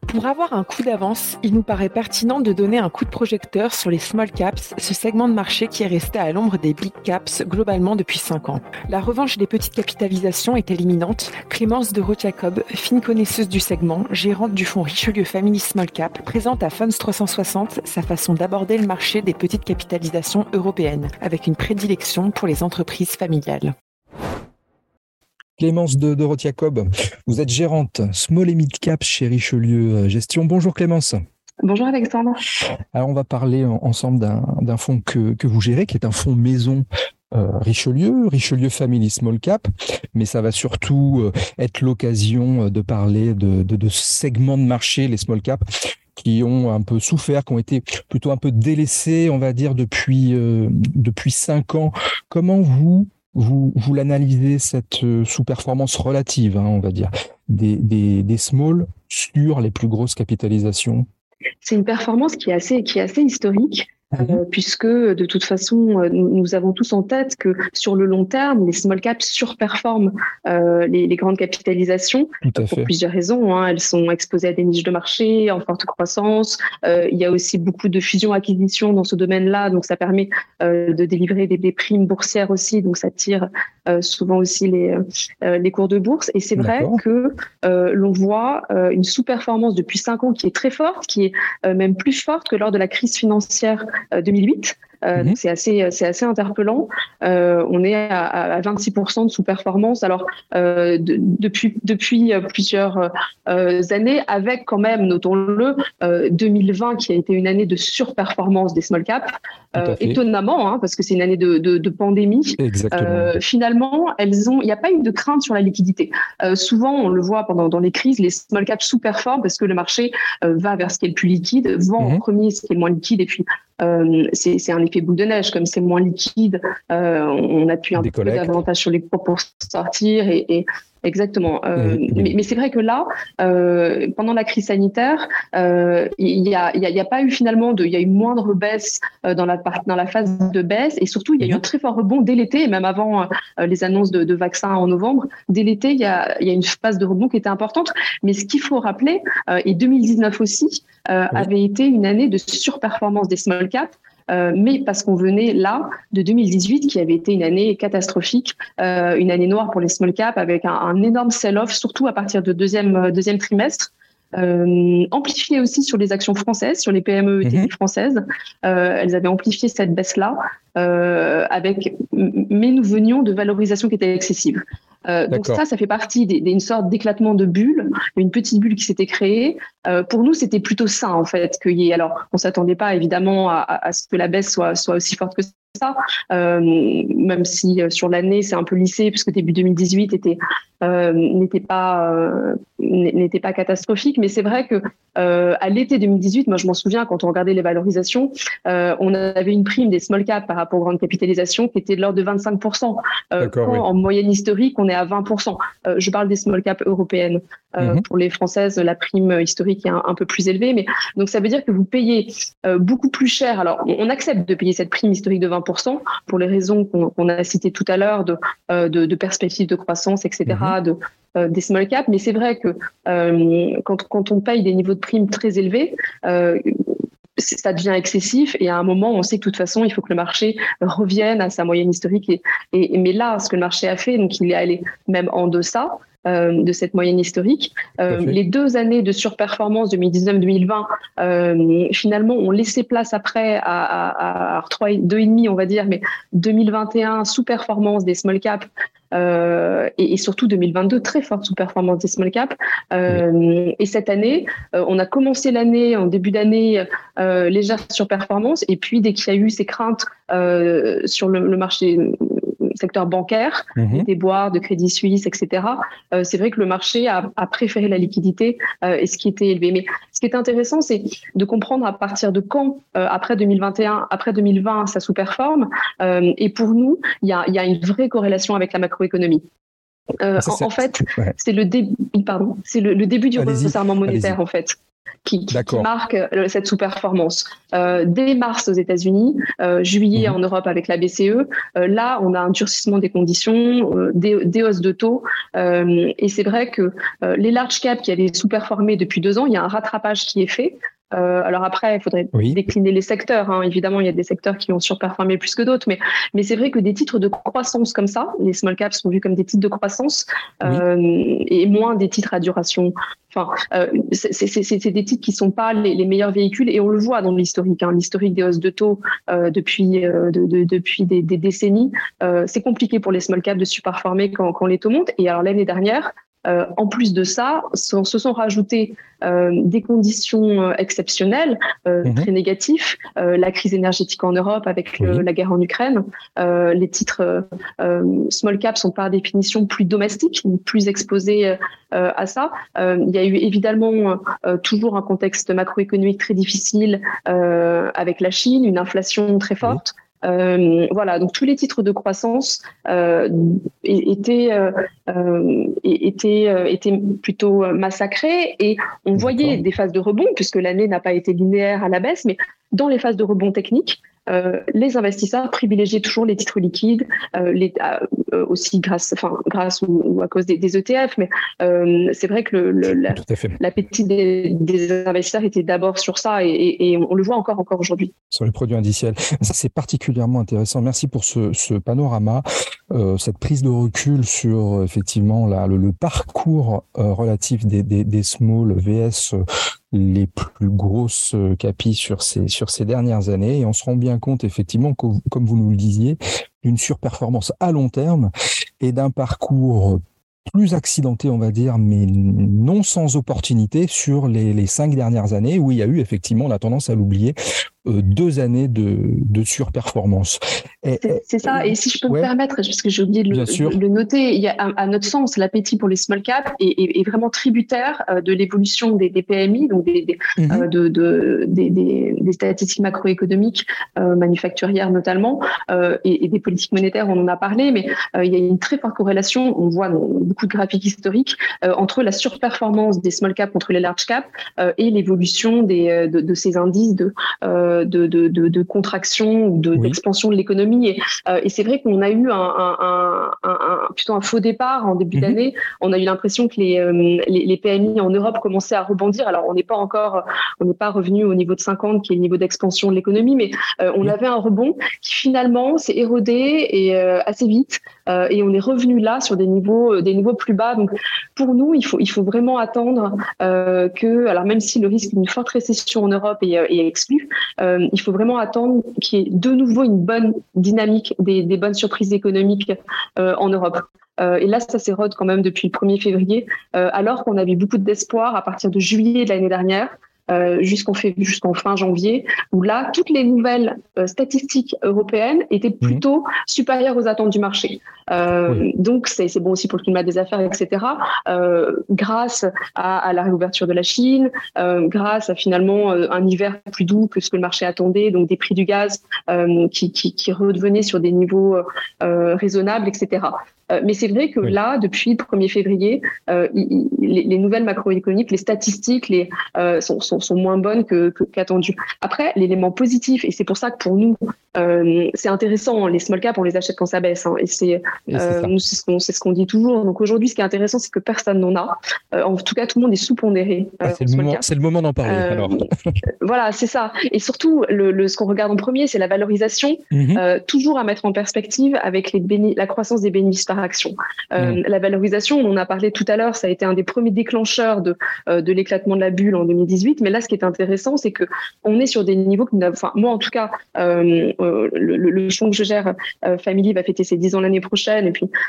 Pour avoir un coup d'avance, il nous paraît pertinent de donner un coup de projecteur sur les small caps, ce segment de marché qui est resté à l'ombre des big caps globalement depuis 5 ans. La revanche des petites capitalisations est imminente. Clémence de Roth-Jacob, fine connaisseuse du segment, gérante du fonds Richelieu Family Small Cap, présente à Funds 360 sa façon d'aborder le marché des petites capitalisations européennes, avec une prédilection pour les entreprises familiales. Clémence de Roth-Jacob, vous êtes gérante Small et Mid Cap chez Richelieu Gestion. Bonjour Clémence. Bonjour Alexandre. Alors on va parler ensemble d'un fonds que vous gérez, qui est un fonds maison Richelieu Family Small Cap, mais ça va surtout être l'occasion de parler de segments de marché, les small cap, qui ont un peu souffert, qui ont été plutôt un peu délaissés, on va dire, depuis 5 ans. Comment vous l'analysez, cette sous-performance relative, on va dire, des small sur les plus grosses capitalisations? C'est une performance qui est assez historique. Puisque de toute façon, nous avons tous en tête que sur le long terme, les small caps surperforment les grandes capitalisations pour plusieurs raisons. Elles sont exposées à des niches de marché en forte croissance. Il y a aussi beaucoup de fusions-acquisitions dans ce domaine-là, donc ça permet de délivrer des primes boursières aussi, donc ça tire souvent aussi les cours de bourse. Et c'est vrai que l'on voit une sous-performance depuis 5 ans qui est très forte, qui est même plus forte que lors de la crise financière 2008. Donc c'est assez interpellant. On est à 26% de sous-performance. Alors depuis plusieurs années, avec quand même, notons-le, 2020 qui a été une année de surperformance des small caps. Étonnamment, parce que c'est une année de pandémie. Finalement, il n'y a pas eu de crainte sur la liquidité. Souvent, on le voit dans les crises, les small caps sous-performent parce que le marché va vers ce qui est le plus liquide, vend en premier ce qui est le moins liquide, et puis c'est un effet boule de neige. Comme c'est moins liquide, on appuie un peu davantage sur les cours pour sortir et exactement. Mais c'est vrai que là, pendant la crise sanitaire, il y a pas eu finalement il y a eu moindre baisse dans la phase de baisse, et surtout il y a eu un très fort rebond dès l'été, même avant les annonces de vaccins en novembre. Dès l'été, il y a une phase de rebond qui était importante. Mais ce qu'il faut rappeler, et 2019 aussi, avait été une année de surperformance des small caps. Mais parce qu'on venait là de 2018, qui avait été une année catastrophique, une année noire pour les small caps, avec un énorme sell-off, surtout à partir de deuxième trimestre, amplifié aussi sur les actions françaises, sur les PME et TPE françaises. Elles avaient amplifié cette baisse-là, mais nous venions de valorisation qui était excessive. Donc ça fait partie d'une sorte d'éclatement de bulle, une petite bulle qui s'était créée. Pour nous, c'était plutôt sain en fait qu'il y ait. Alors, on s'attendait pas évidemment à ce que la baisse soit aussi forte que ça, même si sur l'année c'est un peu lissé puisque début 2018 n'était pas catastrophique, mais c'est vrai que à l'été 2018, moi je m'en souviens quand on regardait les valorisations, on avait une prime des small caps par rapport aux grandes capitalisations qui était de l'ordre de 25%. En moyenne historique, on est à 20%. Je parle des small caps européennes. Pour les françaises, la prime historique est un peu plus élevée, mais donc ça veut dire que vous payez beaucoup plus cher. Alors on accepte de payer cette prime historique de 20% pour les raisons qu'on a citées tout à l'heure de perspectives de croissance, etc. Des small caps, mais c'est vrai que quand on paye des niveaux de primes très élevés, ça devient excessif, et à un moment on sait que de toute façon il faut que le marché revienne à sa moyenne historique, mais là ce que le marché a fait, donc il est allé même en deçà de cette moyenne historique. Les 2 années de surperformance 2019-2020 finalement ont laissé place après à 2,5 on va dire, mais 2021 sous-performance des small caps, et surtout 2022 très forte sous-performance des small caps, et cette année on a commencé l'année en début d'année légère surperformance, et puis dès qu'il y a eu ces craintes sur le marché secteur bancaire, des boires, de Crédit Suisse, etc. C'est vrai que le marché a préféré la liquidité et ce qui était élevé. Mais ce qui est intéressant, c'est de comprendre à partir de quand, après 2021, après 2020, ça sous-performe. Et pour nous, il y a une vraie corrélation avec la macroéconomie. En fait, c'est le début du resserrement monétaire, en fait. qui marquent cette sous-performance. Dès mars aux États-Unis, juillet en Europe avec la BCE, là, on a un durcissement des conditions, des hausses de taux. Et c'est vrai que les large caps qui avaient sous-performé depuis 2 ans, il y a un rattrapage qui est fait. Alors après, il faudrait décliner les secteurs. Hein. Évidemment, il y a des secteurs qui ont surperformé plus que d'autres, mais c'est vrai que des titres de croissance comme ça, les small caps sont vus comme des titres de croissance et moins des titres à duration. Enfin, c'est des titres qui sont pas les meilleurs véhicules et on le voit dans l'historique. Hein. L'historique des hausses de taux depuis des décennies, c'est compliqué pour les small caps de surperformer quand les taux montent. Et alors l'année dernière, en plus de ça, se sont rajoutées des conditions exceptionnelles, très négatives, la crise énergétique en Europe avec la guerre en Ukraine. Les titres small cap sont par définition plus domestiques, plus exposés à ça. Il y a eu évidemment toujours un contexte macroéconomique très difficile avec la Chine, une inflation très forte. Voilà, donc tous les titres de croissance étaient plutôt massacrés et on voyait des phases de rebond puisque l'année n'a pas été linéaire à la baisse, mais dans les phases de rebond technique, les investisseurs privilégiaient toujours les titres liquides, aussi grâce ou à cause des ETF, mais c'est vrai que l'appétit des investisseurs était d'abord sur ça et on le voit encore aujourd'hui. Sur les produits indiciels. Ça, c'est particulièrement intéressant. Merci pour ce panorama, cette prise de recul sur effectivement le parcours relatif des small VS les plus grosses capis sur ces dernières années, et on se rend bien compte effectivement, comme vous nous le disiez, d'une surperformance à long terme et d'un parcours plus accidenté, on va dire, mais non sans opportunité sur les 5 dernières années où il y a eu effectivement, on a tendance à l'oublier, 2 années de surperformance. C'est ça, et si je peux me permettre, parce que j'ai oublié de le noter, il y a, à notre sens, l'appétit pour les small caps est vraiment tributaire de l'évolution des PMI, donc des statistiques macroéconomiques, manufacturières notamment, et des politiques monétaires, on en a parlé, mais il y a une très forte corrélation, on voit dans beaucoup de graphiques historiques, entre la surperformance des small caps contre les large caps et l'évolution de ces indices de contraction ou d'expansion de l'économie. Et c'est vrai qu'on a eu plutôt un faux départ en début d'année. On a eu l'impression que les PMI en Europe commençaient à rebondir. Alors, on n'est pas revenu au niveau de 50, qui est le niveau d'expansion de l'économie, mais on avait un rebond qui finalement s'est érodé et assez vite. Et on est revenu là sur des niveaux plus bas. Donc, pour nous, il faut vraiment attendre alors même si le risque d'une forte récession en Europe est exclu, il faut vraiment attendre qu'il y ait de nouveau une bonne dynamique, des bonnes surprises économiques en Europe. Et là, ça s'érode quand même depuis le 1er février, alors qu'on avait beaucoup d'espoir à partir de juillet de l'année dernière, jusqu'en fin janvier, où là, toutes les nouvelles statistiques européennes étaient plutôt supérieures aux attentes du marché. Donc, c'est bon aussi pour le climat des affaires, etc. Grâce à la réouverture de la Chine, grâce à finalement un hiver plus doux que ce que le marché attendait, donc des prix du gaz qui redevenaient sur des niveaux raisonnables, etc. Mais c'est vrai que là, depuis le 1er février, les nouvelles macroéconomiques, les statistiques sont moins bonnes qu'attendues. Après, l'élément positif, et c'est pour ça que pour nous, c'est intéressant, les small caps, on les achète quand ça baisse. Hein, et nous, c'est ce qu'on dit toujours. Donc aujourd'hui, ce qui est intéressant, c'est que personne n'en a. En tout cas, tout le monde est sous-pondéré. C'est le moment d'en parler. Alors. Voilà, c'est ça. Et surtout, ce qu'on regarde en premier, c'est la valorisation, toujours à mettre en perspective avec la croissance des bénéfices par action. La valorisation, on en a parlé tout à l'heure, ça a été un des premiers déclencheurs de l'éclatement de la bulle en 2018. Mais là, ce qui est intéressant, c'est que on est sur des niveaux que moi, en tout cas, le fonds que je gère, Family, va fêter ses 10 ans l'année prochaine, et puis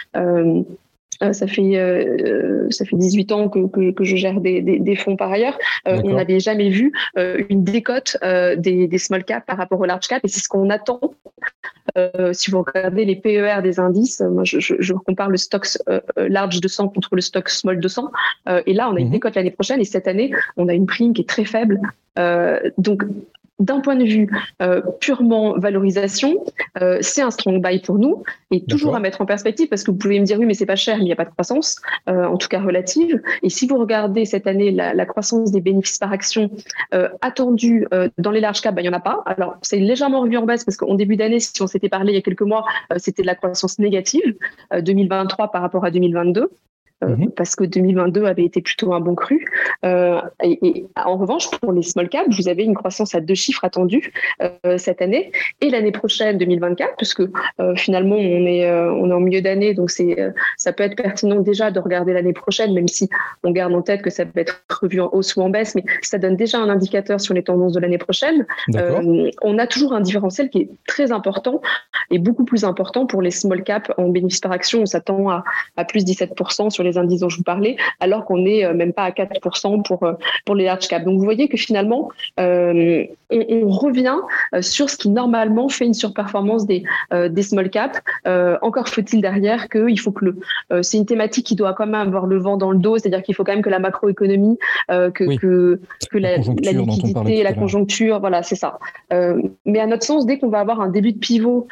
ça fait 18 ans que je gère des fonds par ailleurs. On n'avait jamais vu une décote des small caps par rapport aux large caps, et c'est ce qu'on attend. Si vous regardez les PER des indices, moi je compare le stock large 200 contre le stock small 200, et là on a une décote l'année prochaine, et cette année on a une prime qui est très faible. Donc d'un point de vue purement valorisation, c'est un strong buy pour nous, et toujours à mettre en perspective, parce que vous pouvez me dire oui, mais c'est pas cher, mais il n'y a pas de croissance, en tout cas relative. Et si vous regardez cette année la croissance des bénéfices par action attendue dans les large cap, il n'y en a pas. Alors c'est légèrement revu en baisse, parce qu'en début d'année, si on s'était parlé il y a quelques mois, c'était de la croissance négative, 2023 par rapport à 2022. Parce que 2022 avait été plutôt un bon cru. Et en revanche, pour les small caps, vous avez une croissance à 2 chiffres attendue cette année et l'année prochaine, 2024, puisque finalement, on est en milieu d'année, donc ça peut être pertinent déjà de regarder l'année prochaine, même si on garde en tête que ça peut être revu en hausse ou en baisse, mais ça donne déjà un indicateur sur les tendances de l'année prochaine. On a toujours un différentiel qui est très important et beaucoup plus important pour les small caps en bénéfice par action. On s'attend à plus 17% sur les indices dont je vous parlais, alors qu'on n'est même pas à 4% pour les large caps. Donc vous voyez que finalement, on revient sur ce qui normalement fait une surperformance des small caps. Encore faut-il derrière qu'il faut que c'est une thématique qui doit quand même avoir le vent dans le dos, c'est-à-dire qu'il faut quand même que la macroéconomie, que la liquidité, la conjoncture, voilà, c'est ça. Mais à notre sens, dès qu'on va avoir un début de pivot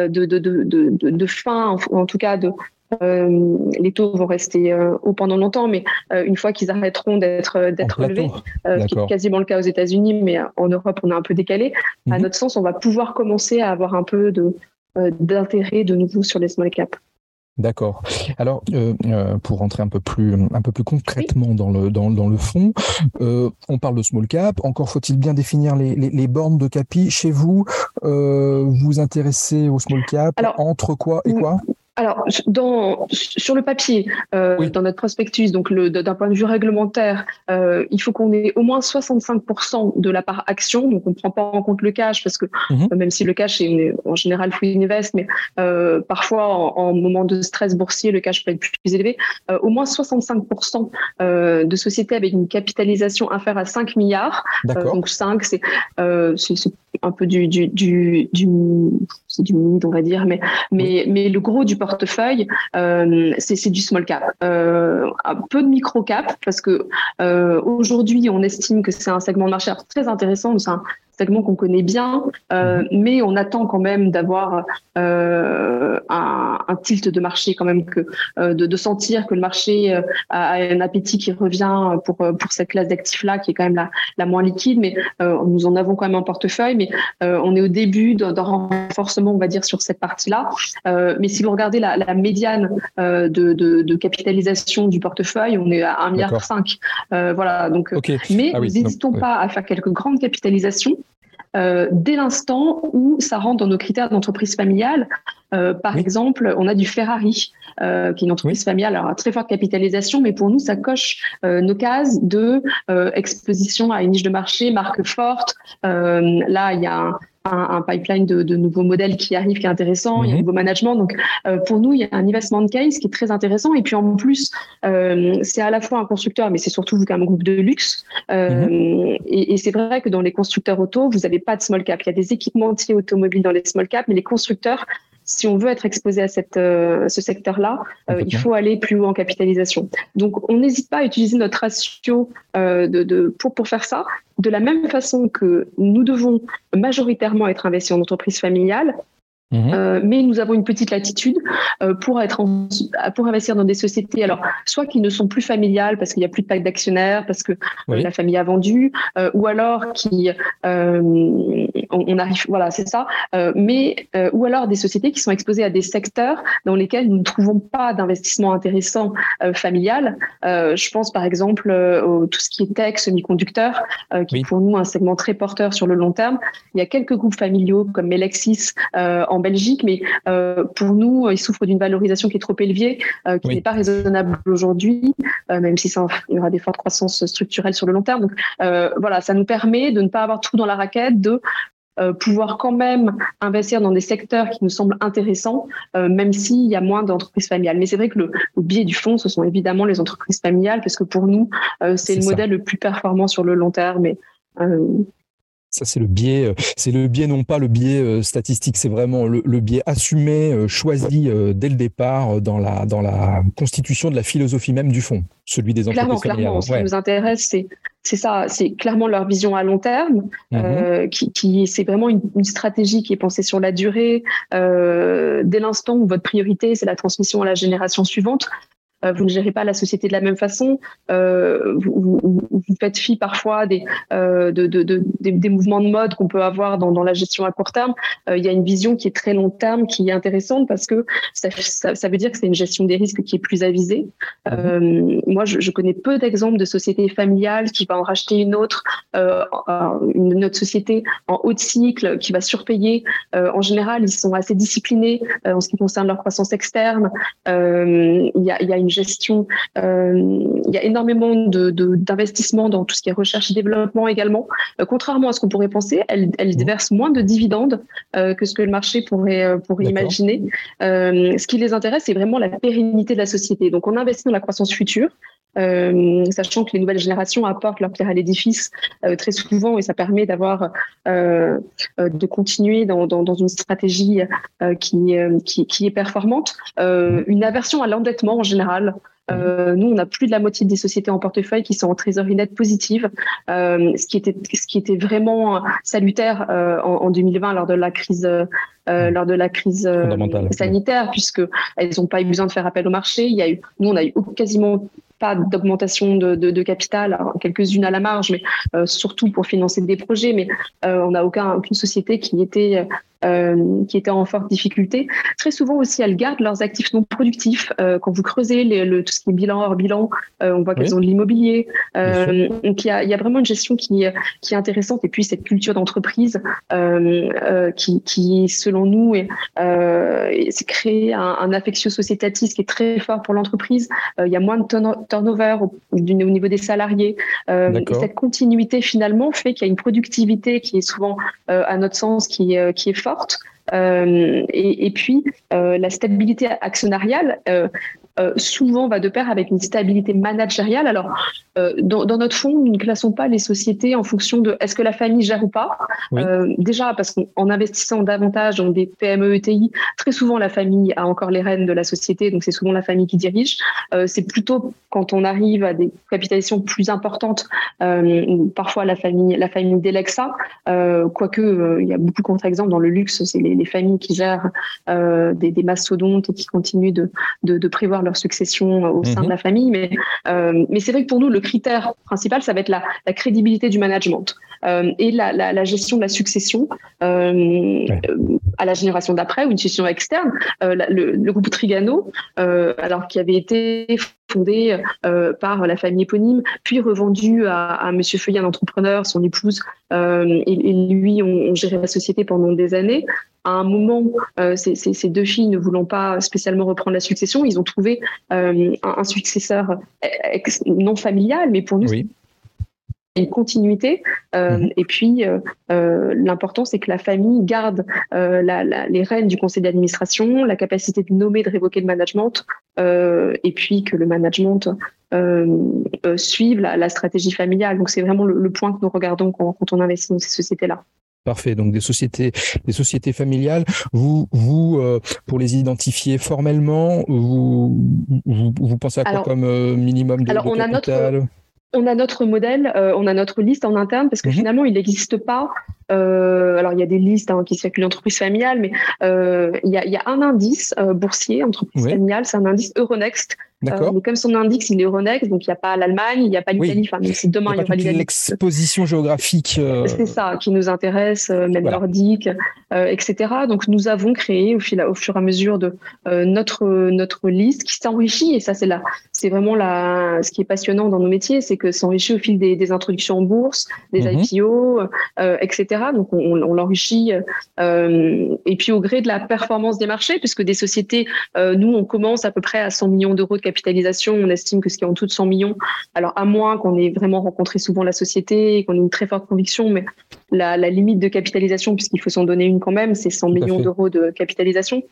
de fin, en tout cas les taux vont rester hauts pendant longtemps, mais une fois qu'ils arrêteront d'être relevés, ce qui est quasiment le cas aux États-Unis, mais en Europe on est un peu décalé. À notre sens, on va pouvoir commencer à avoir un peu d'intérêt de nouveau sur les small caps. D'accord. Alors, pour rentrer un peu plus concrètement dans le fond, on parle de small cap. Encore faut-il bien définir les bornes de capi. Chez vous, vous intéressez au small cap. Alors, entre quoi et quoi ? Alors, sur le papier, dans notre prospectus, donc d'un point de vue réglementaire, il faut qu'on ait au moins 65% de la part action. Donc, on ne prend pas en compte le cash, parce que même si le cash est en général full invest, mais parfois, en moment de stress boursier, le cash peut être plus élevé. Au moins 65% de sociétés avec une capitalisation inférieure à 5 milliards. Donc, 5, c'est un peu du mid, on va dire, mais le gros du portefeuille, c'est du small cap, un peu de micro cap, parce que aujourd'hui on estime que c'est un segment de marché très intéressant, c'est un segment qu'on connaît bien, mais on attend quand même d'avoir un tilt de marché quand même, de sentir que le marché a un appétit qui revient pour cette classe d'actifs là qui est quand même la moins liquide, mais nous en avons quand même un portefeuille, mais on est au début d'un renforcement, on va dire, sur cette partie-là. Mais si vous regardez la médiane de capitalisation du portefeuille, on est à 1,5 milliard. Voilà, donc, mais nous n'hésitons pas à faire quelques grandes capitalisations dès l'instant où ça rentre dans nos critères d'entreprise familiale. Par exemple, on a du Ferrari, qui est une entreprise familiale, alors à très forte capitalisation, mais pour nous, ça coche nos cases de exposition à une niche de marché, marque forte. Là, il y a un pipeline de nouveaux modèles qui arrivent, qui est intéressant, il y a un nouveau management. Donc, pour nous, il y a un investment case qui est très intéressant. Et puis, en plus, c'est à la fois un constructeur, mais c'est surtout un groupe de luxe. Et c'est vrai que dans les constructeurs auto, vous n'avez pas de small cap. Il y a des équipementiers automobiles dans les small cap, mais les constructeurs, si on veut être exposé à ce secteur-là, il faut aller plus haut en capitalisation. Donc, on n'hésite pas à utiliser notre ratio pour faire ça. De la même façon que nous devons majoritairement être investis en entreprise familiale, mais nous avons une petite latitude pour investir dans des sociétés, alors soit qui ne sont plus familiales parce qu'il n'y a plus de pacte d'actionnaires, parce que la famille a vendu, ou alors on arrive, voilà, c'est ça, ou alors des sociétés qui sont exposées à des secteurs dans lesquels nous ne trouvons pas d'investissement intéressant familial. Je pense par exemple tout ce qui est tech, semi-conducteurs, qui est pour nous un segment très porteur sur le long terme. Il y a quelques groupes familiaux comme Melexis en Belgique, mais pour nous, ils souffrent d'une valorisation qui est trop élevée, qui n'est pas raisonnable aujourd'hui, même si il y aura des fortes croissances structurelles sur le long terme. Donc voilà, ça nous permet de ne pas avoir tout dans la raquette, de pouvoir quand même investir dans des secteurs qui nous semblent intéressants, même s'il y a moins d'entreprises familiales. Mais c'est vrai que le biais du fonds, ce sont évidemment les entreprises familiales, parce que pour nous, c'est le modèle le plus performant sur le long terme. Ça, c'est le biais non pas le biais statistique, c'est vraiment le biais assumé, choisi dès le départ dans la constitution de la philosophie même du fonds, celui des entreprises familiales. Clairement, ce qui nous intéresse, c'est ça, c'est clairement leur vision à long terme, c'est vraiment une stratégie qui est pensée sur la durée. Dès l'instant où votre priorité, c'est la transmission à la génération suivante, vous ne gérez pas la société de la même façon. Vous faites fi parfois des mouvements de mode qu'on peut avoir dans la gestion à court terme. Il y a une vision qui est très long terme, qui est intéressante parce que ça veut dire que c'est une gestion des risques qui est plus avisée. Moi, je connais peu d'exemples de sociétés familiales qui va en racheter une autre société en haut de cycle, qui va surpayer. En général, ils sont assez disciplinés en ce qui concerne leur croissance externe. Il y a une gestion, il y a énormément d'investissements dans tout ce qui est recherche et développement également. Contrairement à ce qu'on pourrait penser, elles versent moins de dividendes que ce que le marché pourrait imaginer. Ce qui les intéresse, c'est vraiment la pérennité de la société. Donc, on investit dans la croissance future, sachant que les nouvelles générations apportent leur pierre à l'édifice très souvent, et ça permet de continuer dans une stratégie qui est performante. Une aversion à l'endettement en général. Nous, on a plus de la moitié des sociétés en portefeuille qui sont en trésorerie nette positive, ce qui était vraiment salutaire en 2020 lors de la crise sanitaire, puisque elles n'ont pas eu besoin de faire appel au marché. Nous, on a eu quasiment pas d'augmentation de capital, alors quelques-unes à la marge, mais surtout pour financer des projets. Mais on n'a aucune société qui était en forte difficulté. Très souvent aussi, elles gardent leurs actifs non productifs. Quand vous creusez tout ce qui est bilan hors bilan, on voit qu'elles ont de l'immobilier. Donc il y a vraiment une gestion qui est intéressante. Et puis cette culture d'entreprise qui selon nous, c'est créer un affectio societatis qui est très fort pour l'entreprise. Il y a moins de turnover au niveau des salariés. Et cette continuité finalement fait qu'il y a une productivité qui est souvent, à notre sens, qui est forte. Et puis, la stabilité actionnariale souvent va de pair avec une stabilité managériale. Alors, dans notre fonds, nous ne classons pas les sociétés en fonction de est-ce que la famille gère ou pas. Déjà, parce qu'en investissant davantage dans des PME ETI, très souvent la famille a encore les rênes de la société, donc c'est souvent la famille qui dirige. C'est plutôt quand on arrive à des capitalisations plus importantes, parfois la famille délègue ça. Quoique, il y a beaucoup de contre-exemples dans le luxe, c'est les familles qui gèrent des mastodontes et qui continuent de prévoir leur succession au sein de la famille. Mais c'est vrai que pour nous, le critère principal, ça va être la crédibilité du management et la gestion de la succession à la génération d'après ou une gestion externe. Le groupe Trigano, alors qui avait été fondé par la famille éponyme, puis revendu à Monsieur Feuillet, un entrepreneur, son épouse, et lui ont géré la société pendant des années. À un moment, ces deux filles ne voulant pas spécialement reprendre la succession, ils ont trouvé un successeur non familial, mais pour nous, une continuité. Et puis, l'important, c'est que la famille garde les rênes du conseil d'administration, la capacité de nommer, de révoquer le management, et puis que le management suive la stratégie familiale. Donc, c'est vraiment le point que nous regardons quand on investit dans ces sociétés-là. Parfait. Donc des sociétés familiales. Vous pour les identifier formellement, vous pensez à quoi comme minimum de capital? On a notre modèle, on a notre liste en interne parce que finalement, il n'existe pas. Alors, il y a des listes qui circulent d'entreprises familiales, mais il y a un indice boursier, entreprise familiale, c'est un indice Euronext. Mais comme son indice, il est Euronext, donc il n'y a pas l'Allemagne, il n'y a pas l'Italie. Enfin, même si demain, il n'y a pas l'Italie. L'exposition géographique. C'est ça qui nous intéresse, même nordique, etc. Donc, nous avons créé au fur et à mesure de notre liste qui s'enrichit. Et ça, c'est vraiment ce qui est passionnant dans nos métiers, c'est que s'enrichit au fil des introductions en bourse, des IPO, etc. Donc, on l'enrichit. Et puis, au gré de la performance des marchés, puisque des sociétés, nous, on commence à peu près à 100 millions d'euros de capitalisation. On estime que ce qui est en dessous de 100 millions, alors à moins qu'on ait vraiment rencontré souvent la société et qu'on ait une très forte conviction, mais la limite de capitalisation, puisqu'il faut s'en donner une quand même, c'est 100 millions d'euros de capitalisation.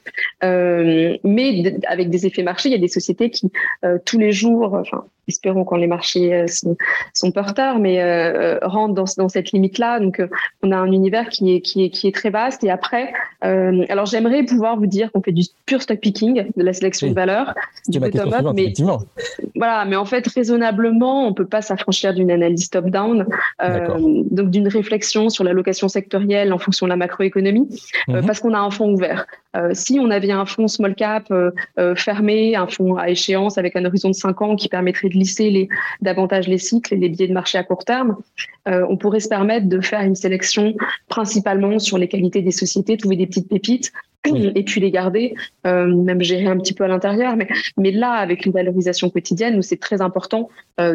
Mais avec des effets marchés, il y a des sociétés qui, tous les jours, espérons quand les marchés sont porteurs, mais rentrent dans cette limite-là. Donc, on a un univers qui est très vaste. Et après, alors j'aimerais pouvoir vous dire qu'on fait du pur stock picking, de la sélection de valeur, du bottom-up, Voilà, mais en fait, raisonnablement, on peut pas s'affranchir d'une analyse top-down, donc d'une réflexion sur l'allocation sectorielle en fonction de la macroéconomie, parce qu'on a un fonds ouvert. Si on avait un fonds small cap fermé, un fonds à échéance avec un horizon de 5 ans qui permettrait de lisser davantage les cycles et les billets de marché à court terme, on pourrait se permettre de faire une sélection principalement sur les qualités des sociétés, trouver des petites pépites, et puis les garder, même gérer un petit peu à l'intérieur. Mais là, avec une valorisation quotidienne, où c'est très important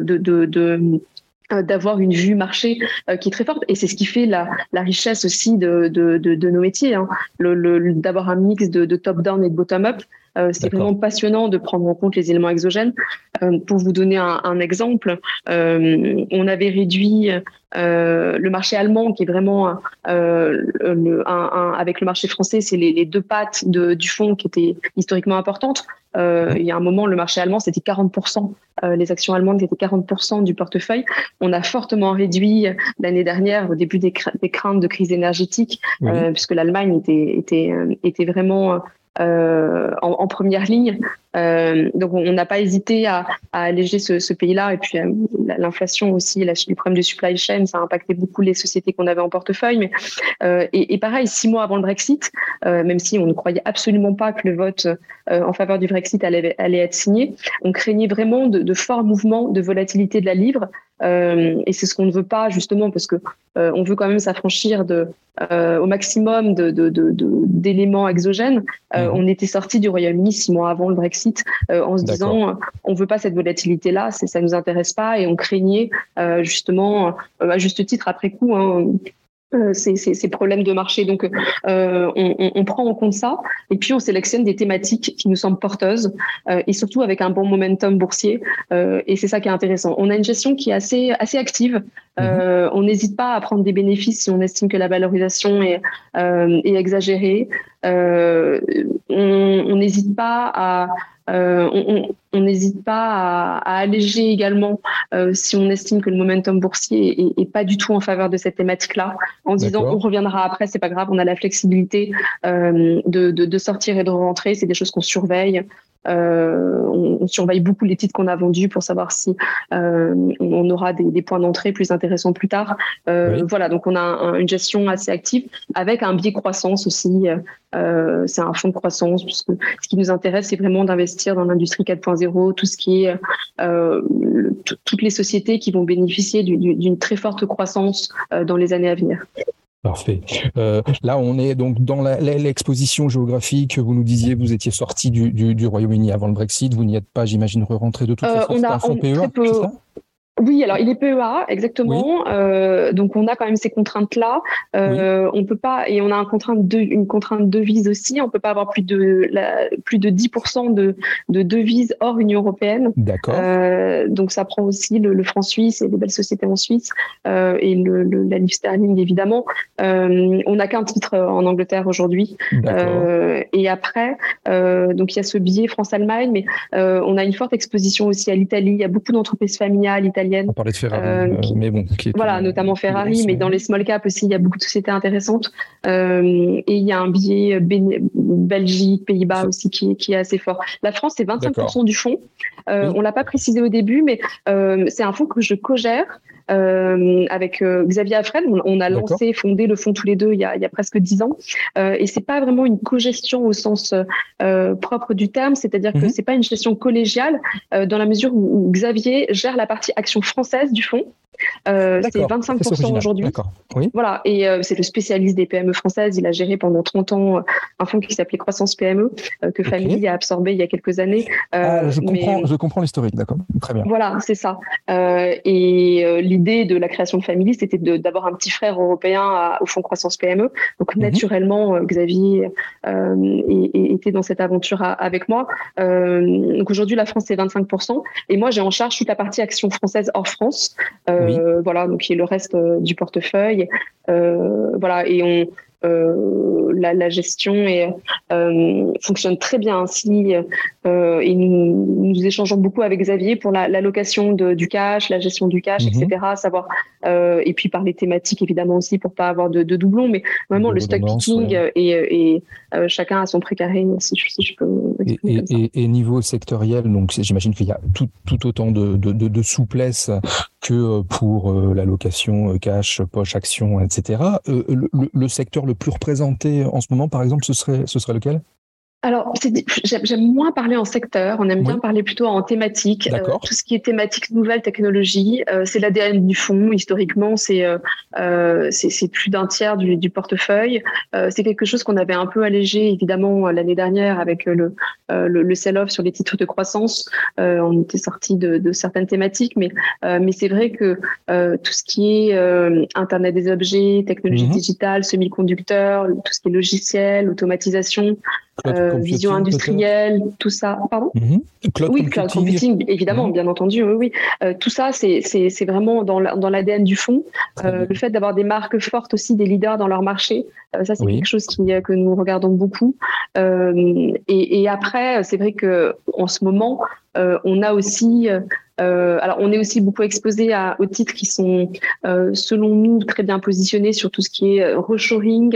d'avoir une vue marché qui est très forte. Et c'est ce qui fait la richesse aussi de nos métiers, hein. D'avoir un mix de top-down et de bottom-up. C'est vraiment passionnant de prendre en compte les éléments exogènes. Pour vous donner un exemple, on avait réduit le marché allemand, qui est vraiment avec le marché français, c'est les deux pattes du fonds qui étaient historiquement importantes. Il y a un moment, le marché allemand, c'était 40%. Les actions allemandes, c'était 40% du portefeuille. On a fortement réduit l'année dernière, au début des craintes de crise énergétique, puisque l'Allemagne était vraiment en première ligne. Donc on n'a pas hésité à alléger ce pays-là, et puis l'inflation aussi, les problèmes de supply chain, ça a impacté beaucoup les sociétés qu'on avait en portefeuille. Mais et pareil, 6 mois avant le Brexit, même si on ne croyait absolument pas que le vote en faveur du Brexit allait être signé, on craignait vraiment de forts mouvements de volatilité de la livre, et c'est ce qu'on ne veut pas, justement, parce que on veut quand même s'affranchir au maximum d'éléments exogènes. On était sorti du Royaume-Uni 6 mois avant le Brexit, en se disant on veut pas cette volatilité-là, ça nous intéresse pas, et on craignait justement, à juste titre après coup, ces problèmes de marché. Donc on prend en compte ça, et puis on sélectionne des thématiques qui nous semblent porteuses, et surtout avec un bon momentum boursier, et c'est ça qui est intéressant. On a une gestion qui est assez active. On n'hésite pas à prendre des bénéfices si on estime que la valorisation est exagérée. On n'hésite pas on n'hésite pas à alléger également si on estime que le momentum boursier est pas du tout en faveur de cette thématique-là, en disant on reviendra après, c'est pas grave, on a la flexibilité de sortir et de rentrer. C'est des choses qu'on surveille. On surveille beaucoup les titres qu'on a vendus pour savoir si on aura des points d'entrée plus intéressants plus tard. Voilà, donc on a une gestion assez active avec un biais croissance aussi. C'est un fonds de croissance, puisque ce qui nous intéresse, c'est vraiment d'investir dans l'industrie 4.0, tout ce qui est toutes les sociétés qui vont bénéficier d'une très forte croissance dans les années à venir. Parfait. Là, on est donc dans l'exposition géographique. Vous nous disiez, vous étiez sorti du Royaume-Uni avant le Brexit. Vous n'y êtes pas, j'imagine, re-rentré de toute façon. C'est un fonds PEA, c'est ça ? Oui, alors il est PEA, exactement. Donc on a quand même ces contraintes-là. On peut pas, et on a une contrainte devise aussi. On peut pas avoir plus de 10% de devises hors Union européenne. D'accord. Donc ça prend aussi le franc suisse et les belles sociétés en Suisse, et la livre sterling évidemment. On n'a qu'un titre en Angleterre aujourd'hui. Et après, donc il y a ce biais France-Allemagne, mais on a une forte exposition aussi à l'Italie. Il y a beaucoup d'entreprises familiales italiennes. On parlait de Ferrari, mais bon. Voilà, notamment Ferrari, mais dans les small caps aussi, il y a beaucoup de sociétés intéressantes. Et il y a un biais Belgique, Pays-Bas aussi qui est assez fort. La France, c'est 25% du fonds. On l'a pas précisé au début, mais c'est un fonds que je co-gère avec Xavier Affred. On a fondé le fonds tous les deux il y a presque 10 ans. Et c'est pas vraiment une co-gestion au sens propre du terme, c'est-à-dire que c'est pas une gestion collégiale, dans la mesure où Xavier gère la partie action française du fonds. C'est 25% aujourd'hui. Voilà, et c'est le spécialiste des PME françaises. Il a géré pendant 30 ans un fonds qui s'appelait Croissance PME, que Family a absorbé il y a quelques années. Je comprends l'historique, d'accord. Très bien. Voilà, c'est ça. Et l'idée de la création de Family, c'était d'avoir un petit frère européen au fonds Croissance PME. Donc naturellement, Xavier était dans cette aventure avec moi. Donc aujourd'hui, la France, c'est 25%. Et moi, j'ai en charge toute la partie action française hors France. Voilà, donc qui est le reste du portefeuille. Voilà, et la gestion fonctionne très bien ainsi. Et nous échangeons beaucoup avec Xavier pour l'allocation du cash, la gestion du cash, etc. Savoir, et puis par les thématiques évidemment aussi pour pas avoir de doublons, mais vraiment le stock picking et chacun a son précaré, si je peux m'exprimer comme ça. Et niveau sectoriel, donc j'imagine qu'il y a tout autant de souplesse que pour l'allocation cash, poche, action, etc. Le secteur le plus représenté en ce moment, par exemple, ce serait lequel ? Alors, j'aime moins parler en secteur, on aime bien parler plutôt en thématique. Tout ce qui est thématique nouvelle technologie, c'est l'ADN du fonds. Historiquement, c'est plus d'un tiers du portefeuille. C'est quelque chose qu'on avait un peu allégé, évidemment, l'année dernière avec le sell-off sur les titres de croissance. On était sorti de certaines thématiques, mais c'est vrai que tout ce qui est Internet des objets, technologie digitale, semi-conducteurs, tout ce qui est logiciel, automatisation, vision industrielle, tout ça. Pardon ? Cloud computing, évidemment, bien entendu. Oui. Tout ça, c'est vraiment dans l'ADN du fonds. Le fait d'avoir des marques fortes aussi, des leaders dans leur marché, ça c'est quelque chose que nous regardons beaucoup. Et après, c'est vrai que en ce moment, on a aussi alors, on est aussi beaucoup exposé aux titres qui sont, selon nous, très bien positionnés sur tout ce qui est reshoring,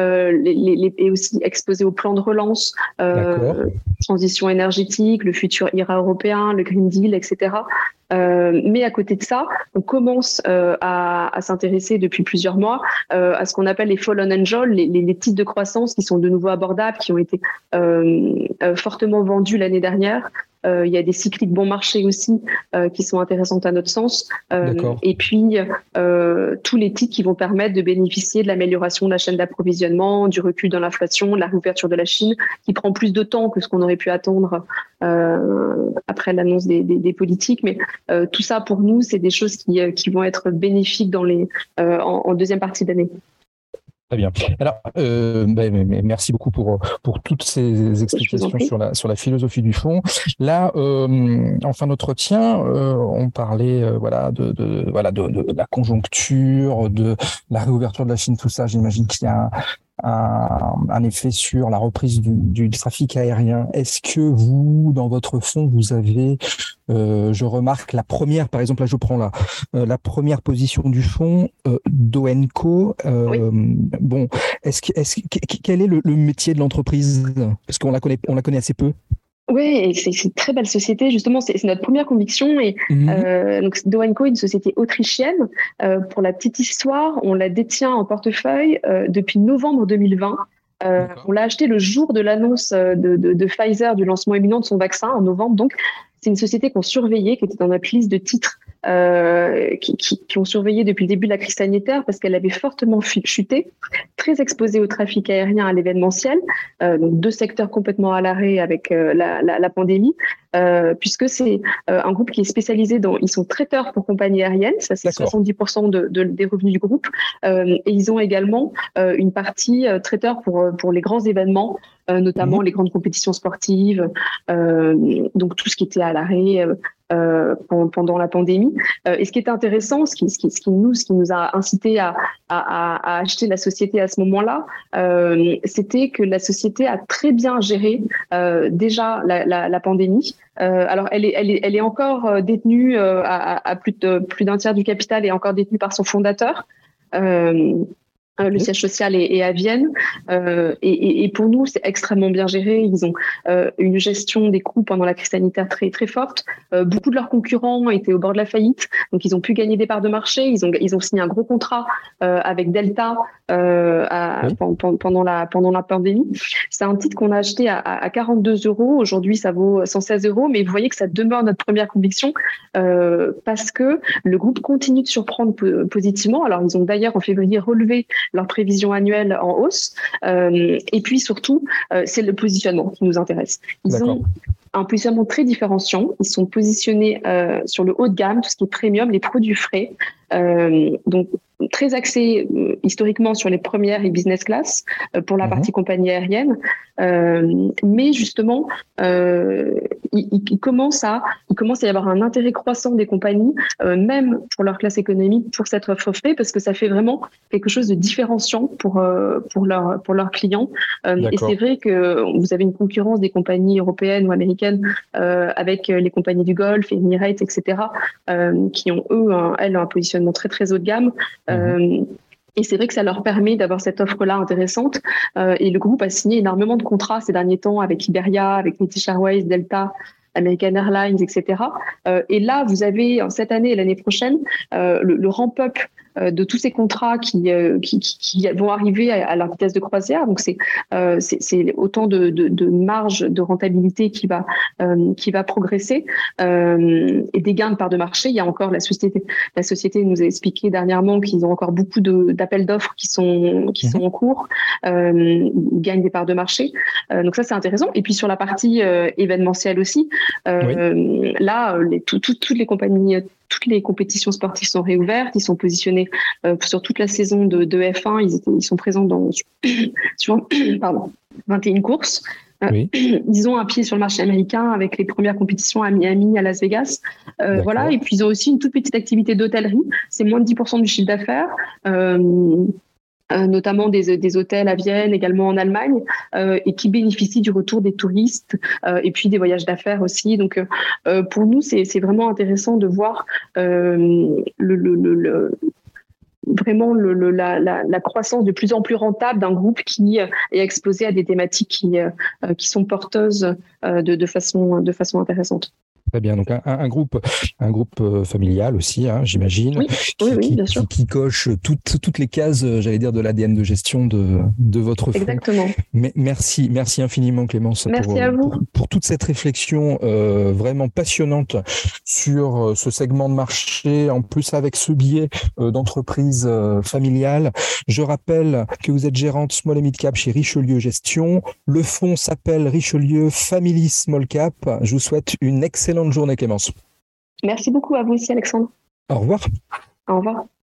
et aussi exposé au plan de relance, transition énergétique, le futur IRA européen, le Green Deal, etc. Mais à côté de ça, on commence à s'intéresser depuis plusieurs mois à ce qu'on appelle les fallen angels, les titres de croissance qui sont de nouveau abordables, qui ont été fortement vendus l'année dernière. Il y a des cycliques bon marché aussi qui sont intéressantes à notre sens. Et puis, tous les titres qui vont permettre de bénéficier de l'amélioration de la chaîne d'approvisionnement, du recul dans l'inflation, de la réouverture de la Chine, qui prend plus de temps que ce qu'on aurait pu attendre après l'annonce des politiques. Mais tout ça, pour nous, c'est des choses qui vont être bénéfiques en deuxième partie d'année. Très bien. Alors, merci beaucoup pour toutes ces explications sur la philosophie du fonds. Là, en fin d'entretien, on parlait de la conjoncture, de la réouverture de la Chine, tout ça. J'imagine qu'il y a un effet sur la reprise du trafic aérien. Est-ce que vous, dans votre fonds, vous avez, je remarque la première, par exemple, là je prends la première position du fonds, Doenco. Bon, quel est le métier de l'entreprise ? Parce qu'on la connaît assez peu. Oui, c'est une très belle société. Justement, c'est notre première conviction. Et donc, Doenco est une société autrichienne. Pour la petite histoire, on la détient en portefeuille depuis novembre 2020. On l'a acheté le jour de l'annonce de Pfizer du lancement imminent de son vaccin en novembre. Donc, c'est une société qu'on surveillait, qui était dans notre liste de titres qui ont surveillé depuis le début de la crise sanitaire parce qu'elle avait fortement chuté, très exposée au trafic aérien, à l'événementiel, donc deux secteurs complètement à l'arrêt avec la pandémie, puisque c'est un groupe qui est spécialisé ils sont traiteurs pour compagnies aériennes, ça c'est 70% des revenus du groupe, et ils ont également une partie traiteur pour les grands événements, notamment les grandes compétitions sportives, donc tout ce qui était à l'arrêt pendant la pandémie. Et ce qui est intéressant, ce qui nous a incité à acheter la société à ce moment-là, c'était que la société a très bien géré déjà la pandémie. Alors elle est encore détenue à plus d'un tiers du capital, est encore détenue par son fondateur. Le siège social est à Vienne, et pour nous c'est extrêmement bien géré. Ils ont une gestion des coûts pendant la crise sanitaire très très forte. Beaucoup de leurs concurrents étaient au bord de la faillite, donc ils ont pu gagner des parts de marché. Ils ont signé un gros contrat avec Delta pendant la pandémie. C'est un titre qu'on a acheté à 42 €. Aujourd'hui ça vaut 116 €, mais vous voyez que ça demeure notre première conviction parce que le groupe continue de surprendre positivement. Alors ils ont d'ailleurs en février relevé leur prévision annuelle en hausse. Et puis surtout, c'est le positionnement qui nous intéresse. Ils ont un positionnement très différenciant. Ils sont positionnés sur le haut de gamme, tout ce qui est premium, les produits frais. Donc très axé historiquement sur les premières et business class pour la partie compagnie aérienne. Mais justement, il commence à y avoir un intérêt croissant des compagnies, même pour leur classe économique, pour cette offre offrée, parce que ça fait vraiment quelque chose de différenciant pour leurs clients. Et c'est vrai que vous avez une concurrence des compagnies européennes ou américaines avec les compagnies du Golfe, Emirates, etc., qui ont elles un positionnement très très haut de gamme. Et c'est vrai que ça leur permet d'avoir cette offre-là intéressante. Et le groupe a signé énormément de contrats ces derniers temps avec Iberia, avec British Airways, Delta, American Airlines, etc. Et là, vous avez cette année et l'année prochaine le ramp-up de tous ces contrats qui vont arriver à leur vitesse de croisière. Donc c'est autant de marge de rentabilité qui va progresser et des gains de part de marché. Il y a encore la société nous a expliqué dernièrement qu'ils ont encore beaucoup d'appels d'offres qui sont en cours, gagnent des parts de marché. Donc ça c'est intéressant. Et puis sur la partie événementielle aussi, là toutes les compagnies, toutes les compétitions sportives sont réouvertes, ils sont positionnés sur toute la saison de F1, ils sont présents sur 21 courses. Ils ont un pied sur le marché américain avec les premières compétitions à Miami, à Las Vegas. Voilà. Et puis ils ont aussi une toute petite activité d'hôtellerie, c'est moins de 10% du chiffre d'affaires. Notamment des hôtels à Vienne, également en Allemagne, et qui bénéficient du retour des touristes et puis des voyages d'affaires aussi. Donc, pour nous, c'est vraiment intéressant de voir vraiment la croissance de plus en plus rentable d'un groupe qui est exposé à des thématiques qui sont porteuses de façon intéressante. Très bien, donc un groupe familial aussi, j'imagine, bien sûr. Qui coche toutes les cases, j'allais dire, de l'ADN de gestion de votre fonds. Exactement. Mais merci infiniment Clémence pour toute cette réflexion vraiment passionnante sur ce segment de marché, en plus avec ce biais d'entreprise familiale. Je rappelle que vous êtes gérante Small et Mid Cap chez Richelieu Gestion. Le fonds s'appelle Richelieu Family Small Cap. Je vous souhaite une excellente journée Clémence. Merci beaucoup à vous aussi Alexandre. Au revoir. Au revoir.